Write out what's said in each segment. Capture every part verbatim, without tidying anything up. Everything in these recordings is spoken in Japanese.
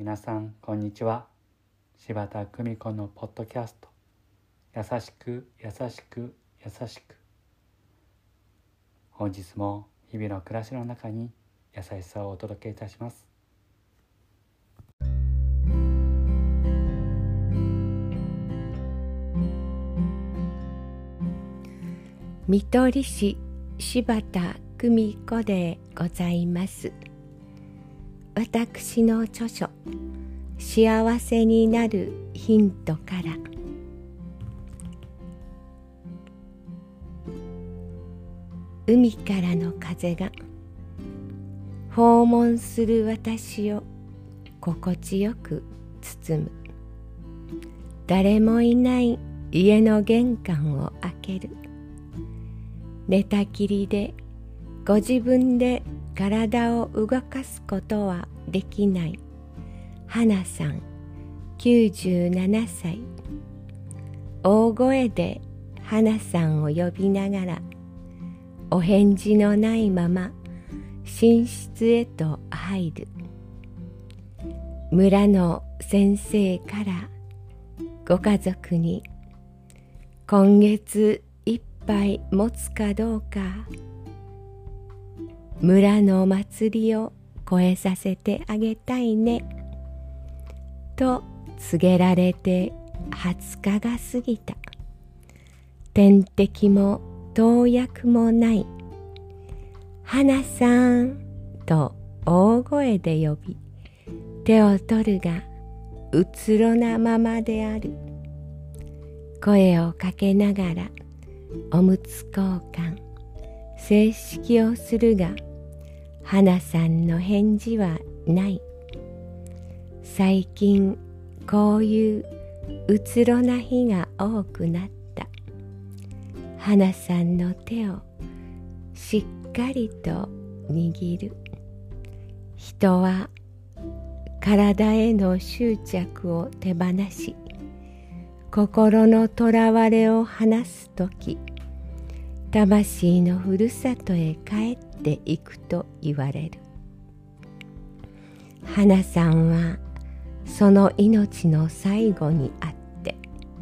皆さんこんにちは。柴田久美子のポッドキャスト、優しく優しく優しく。本日も日々の暮らしの中に優しさをお届けいたします。 見取り師柴田久美子でございます。私の著書「幸せになるヒント」から海からの風が訪問する私を心地よく包む。誰もいない家の玄関を開ける。寝たきりでご自分で体を動かすことはできない花さんきゅうじゅうななさい。大声で花さんを呼びながらお返事のないまま寝室へと入る。村の先生からご家族に今月いっぱい持つかどうか村の祭りを越えさせてあげたいねと告げられてはつかが過ぎた。点滴も投薬もない花さんと大声で呼び手を取るがうつろなままである。声をかけながらおむつ交換正式をするが花さんの返事はない。最近こういううつろな日が多くなった。花さんの手をしっかりと握る。人は体への執着を手放し心のとらわれを離すとき、魂のふるさとへ帰っていくと言われる。花さんはその命の最後にあって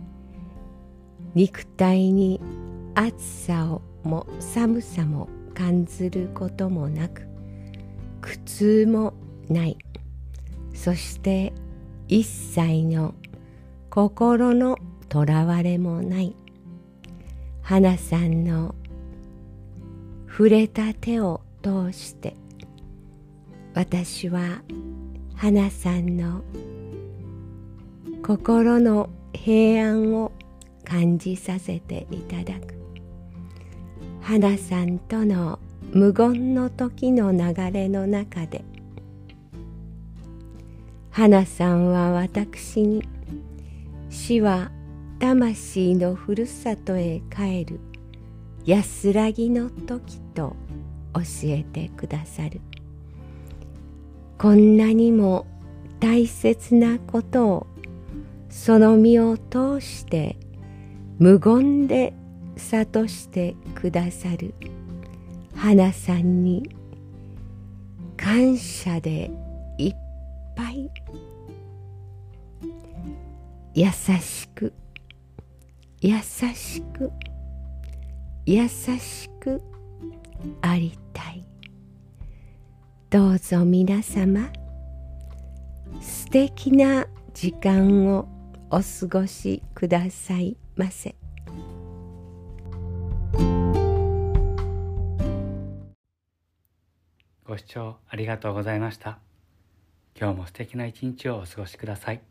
肉体に暑さをも寒さも感じることもなく苦痛もない。そして一切の心のとらわれもない。花さんの触れた手を通して私は花さんの心の平安を感じさせていただく。花さんとの無言の時の流れの中で花さんは私に死は魂のふるさとへ帰る安らぎの時と教えてくださる。こんなにも大切なことをその身を通して無言で諭してくださる花さんに感謝でいっぱい。優しく優しく優しくありたい。どうぞ皆様素敵な時間をお過ごしくださいませ。 ご視聴ありがとうございました。今日も素敵な一日をお過ごしください。